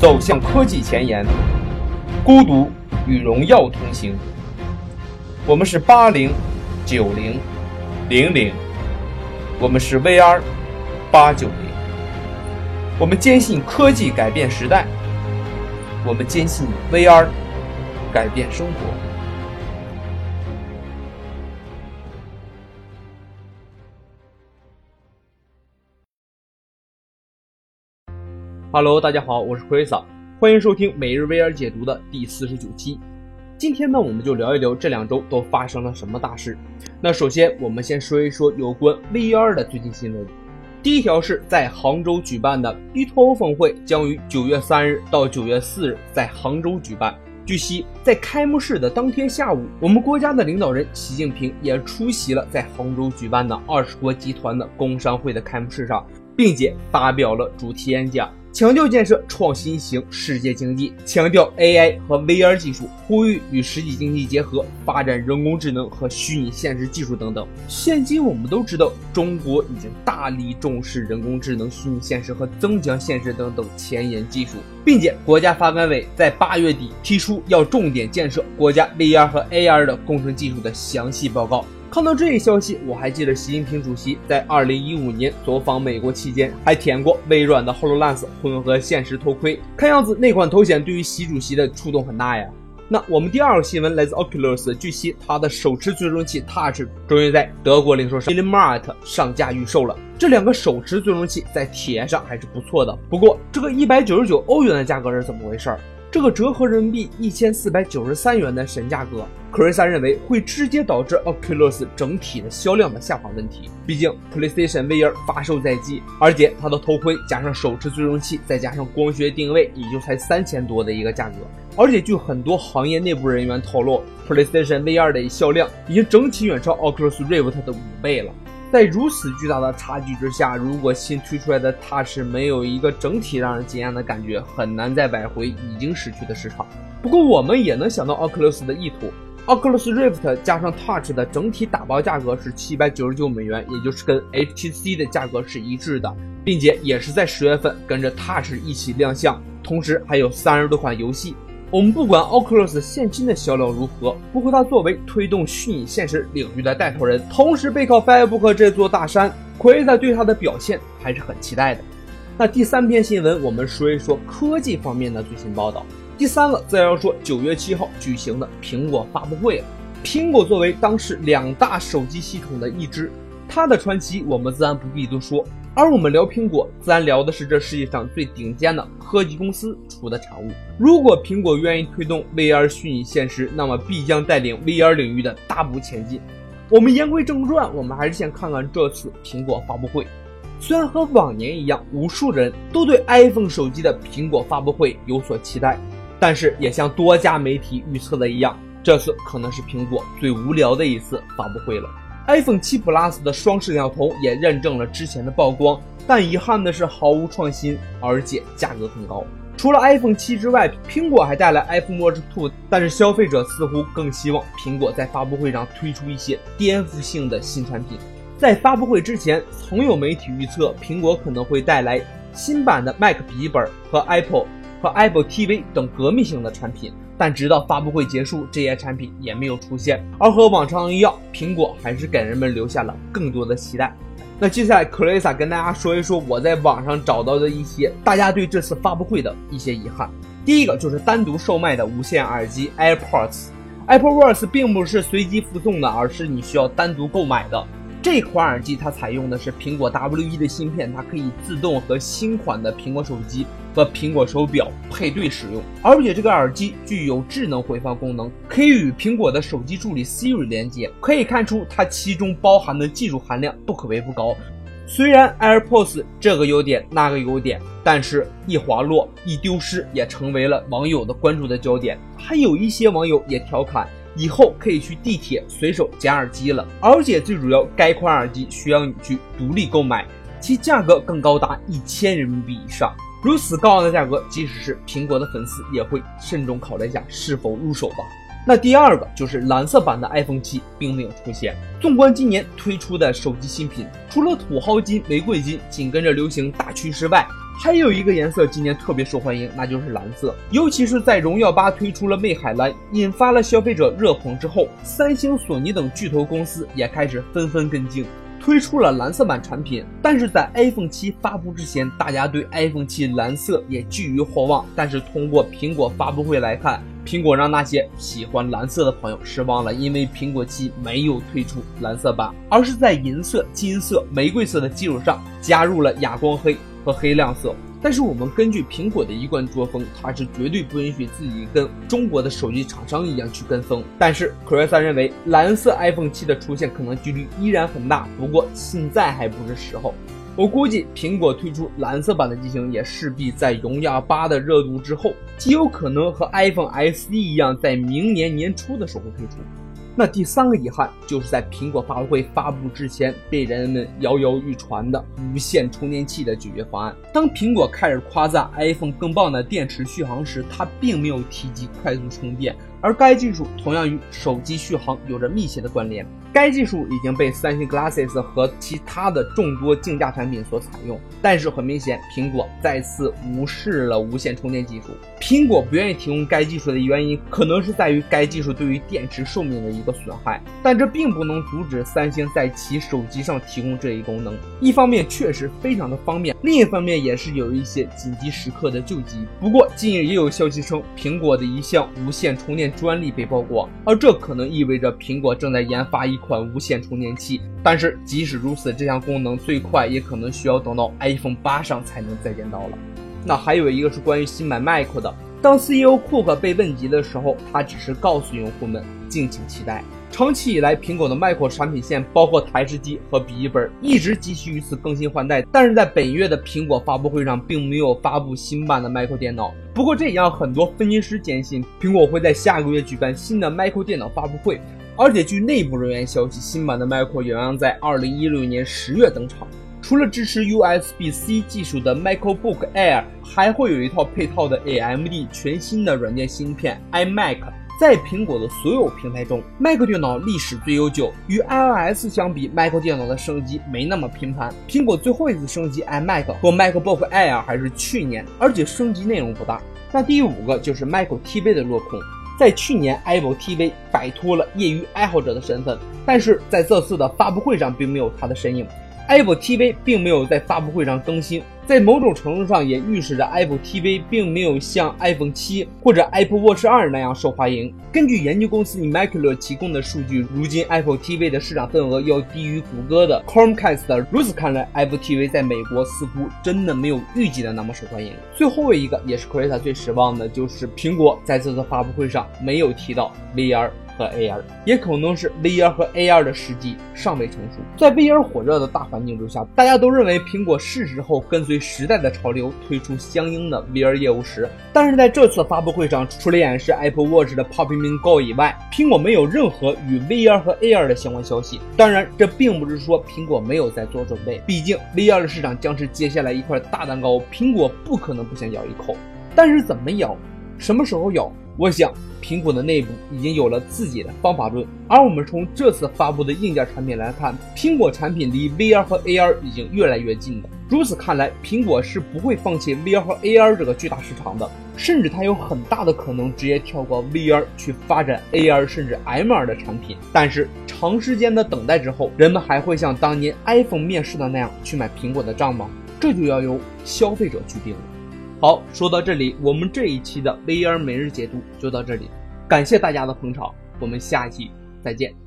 走向科技前沿，孤独与荣耀同行。我们是80、90、00，我们是 VR 890。我们坚信科技改变时代，我们坚信 VR 改变生活。Hello， 大家好，我是 Chrisa， 欢迎收听每日 VR 解读的第49期。今天呢，我们就聊一聊这2周都发生了什么大事。那首先，我们先说一说有关 VR 的最新新闻。第一条是在杭州举办的 B2O 峰会将于9月3日到9月4日在杭州举办。据悉，在开幕式的当天下午，我们国家的领导人习近平也出席了在杭州举办的20国集团的工商会的开幕式上，并且发表了主题演讲，强调建设创新型世界经济，强调 AI 和 VR 技术，呼吁与实体经济结合，发展人工智能和虚拟现实技术等等。现今我们都知道，中国已经大力重视人工智能、虚拟现实和增强现实等等前沿技术，并且国家发改委在8月底提出要重点建设国家 VR 和 AR 的工程技术的详细报告。看到这一消息，我还记得习近平主席在2015年走访美国期间还舔过微软的 HoloLens 混合现实头盔，看样子那款头显对于习主席的触动很大呀。那我们第2个新闻来自 Oculus， 据悉它的手持追踪器 Touch 终于在德国零售商 Mediamarkt 上架预售了。这2个手持追踪器在体验上还是不错的，不过这个199欧元的价格是怎么回事？这个折合人民币1493元的神价格，科瑞萨认为会直接导致 Oculus 整体的销量的下滑问题。毕竟 PlayStation VR 发售在即，而且它的头盔加上手持追踪器再加上光学定位，也就才3000多的一个价格。而且据很多行业内部人员透露， PlayStation VR 的销量已经整体远超 Oculus Rift 的5倍了。在如此巨大的差距之下，如果新推出来的 Touch 没有一个整体让人惊艳的感觉，很难再挽回已经失去的市场。不过我们也能想到 Oculus 的意图， Oculus Rift 加上 Touch 的整体打包价格是799美元，也就是跟 HTC 的价格是一致的，并且也是在10月份跟着 Touch 一起亮相，同时还有30多款游戏。我们不管 Oculus 现今的销量如何，不过它作为推动虚拟现实领域的带头人，同时背靠 Facebook 这座大山，奎萨对它的表现还是很期待的。那第3篇新闻，我们说一说科技方面的最新报道。第3个自然要说9月7号举行的苹果发布会了。苹果作为当时2大手机系统的一支，它的传奇我们自然不必多说，而我们聊苹果自然聊的是这世界上最顶尖的科技公司出的产物。如果苹果愿意推动 VR 虚拟现实，那么必将带领 VR 领域的大步前进。我们言归正传，我们还是先看看这次苹果发布会。虽然和往年一样，无数人都对 iPhone 手机的苹果发布会有所期待，但是也像多家媒体预测的一样，这次可能是苹果最无聊的一次发布会了。iPhone 7 Plus 的双摄像头也认证了之前的曝光，但遗憾的是毫无创新，而且价格很高。除了 iPhone 7之外，苹果还带来 iPhone Watch 2， 但是消费者似乎更希望苹果在发布会上推出一些颠覆性的新产品。在发布会之前，曾有媒体预测苹果可能会带来新版的 Mac 笔记本和 Apple TV 等革命性的产品，但直到发布会结束，这些产品也没有出现。而和往常一样，苹果还是给人们留下了更多的期待。那接下来 Clarissa 跟大家说一说我在网上找到的一些大家对这次发布会的一些遗憾。第一个就是单独售卖的无线耳机 AirPods。Apple Watch 并不是随机附送的，而是你需要单独购买的。这款耳机它采用的是苹果 W1 的芯片，它可以自动和新款的苹果手机和苹果手表配对使用，而且这个耳机具有智能回放功能，可以与苹果的手机助理 Siri 连接，可以看出它其中包含的技术含量不可谓不高。虽然 AirPods 这个优点那个优点，但是一滑落一丢失也成为了网友的关注的焦点，还有一些网友也调侃以后可以去地铁随手捡耳机了，而且最主要该款耳机需要你去独立购买，其价格更高达1000人民币以上。如此高昂的价格，即使是苹果的粉丝也会慎重考虑一下是否入手吧。那第二个就是蓝色版的 iPhone 7并没有出现。纵观今年推出的手机新品，除了土豪金、玫瑰金紧跟着流行大趋势外， 还有一个颜色今年特别受欢迎，那就是蓝色。尤其是在荣耀8推出了魅海蓝，引发了消费者热捧之后，三星、索尼等巨头公司也开始纷纷跟进，推出了蓝色版产品。但是在 iPhone 7发布之前，大家对 iPhone 7蓝色也寄予厚望，但是通过苹果发布会来看，苹果让那些喜欢蓝色的朋友失望了，因为苹果7没有推出蓝色版，而是在银色、金色、玫瑰色的基础上加入了哑光黑和黑亮色。但是我们根据苹果的一贯作风，它是绝对不允许自己跟中国的手机厂商一样去跟风。但是科瑞萨认为蓝色 iPhone 7的出现可能几率依然很大，不过现在还不是时候。我估计苹果推出蓝色版的机型也势必在荣耀8的热度之后，极有可能和 iPhone SE 一样在明年年初的时候推出。那第三个遗憾就是在苹果发布会发布之前被人们摇摇欲传的无线充电器的解决方案。当苹果开始夸赞 iPhone 更棒的电池续航时，它并没有提及快速充电，而该技术同样与手机续航有着密切的关联。该技术已经被三星 Glasses 和其他的众多竞价产品所采用，但是很明显苹果再次无视了无线充电技术。苹果不愿意提供该技术的原因可能是在于该技术对于电池寿命的一个损害，但这并不能阻止三星在其手机上提供这一功能。一方面确实非常的方便，另一方面也是有一些紧急时刻的救急。不过近日也有消息称苹果的一项无线充电专利被曝光，而这可能意味着苹果正在研发一款无线充电器，但是即使如此，这项功能最快也可能需要等到 iPhone 8上才能再见到了。那还有一个是关于新版 Mac 的，当 CEO 库克被问及的时候，他只是告诉用户们敬请期待。长期以来，苹果的 Mac 产品线包括台式机和笔记本一直急需于此更新换代，但是在本月的苹果发布会上并没有发布新版的 Mac 电脑。不过这也让很多分析师坚信苹果会在下个月举办新的 Mac 电脑发布会，而且据内部人员消息，新版的 Mac 也将在2016年10月登场。除了支持 USB-C 技术的 MacBook Air， 还会有一套配套的 AMD 全新的软件芯片 iMac。在苹果的所有平台中， Mac 电脑历史最悠久，与 iOS 相比， Mac 电脑的升级没那么频繁。苹果最后一次升级 iMac 和 MacBook Air 还是去年，而且升级内容不大。那第五个就是 Apple TV 的落空。在去年 Apple TV 摆脱了业余爱好者的身份，但是在这次的发布会上并没有它的身影。Apple TV 并没有在发布会上更新，在某种程度上也预示着 Apple TV 并没有像 iPhone 7或者 Apple Watch 2那样受欢迎。根据研究公司 Immaculate 提供的数据，如今 Apple TV 的市场份额要低于谷歌的 Chromecast。如此看来， Apple TV 在美国似乎真的没有预计的那么受欢迎。最后一个也是 Krita 最失望的，就是苹果在这次发布会上没有提到 VR和 AR， 也可能是 VR 和 AR 的时机尚未成熟。在 VR 火热的大环境之下，大家都认为苹果是时候跟随时代的潮流推出相应的 VR 业务时，但是在这次发布会上，除了演示 Apple Watch 的 Popping Go 以外，苹果没有任何与 VR 和 AR 的相关消息。当然，这并不是说苹果没有在做准备，毕竟 VR 的市场将是接下来一块大蛋糕，苹果不可能不想咬一口。但是怎么咬，什么时候咬，我想苹果的内部已经有了自己的方法论。而我们从这次发布的硬件产品来看，苹果产品离 VR 和 AR 已经越来越近了。如此看来，苹果是不会放弃 VR 和 AR 这个巨大市场的，甚至它有很大的可能直接跳过 VR 去发展 AR 甚至 MR 的产品。但是长时间的等待之后，人们还会像当年 iPhone 面世的那样去买苹果的账吗？这就要由消费者去定了。好，说到这里，我们这一期的 VR 每日解读就到这里，感谢大家的捧场，我们下一期再见。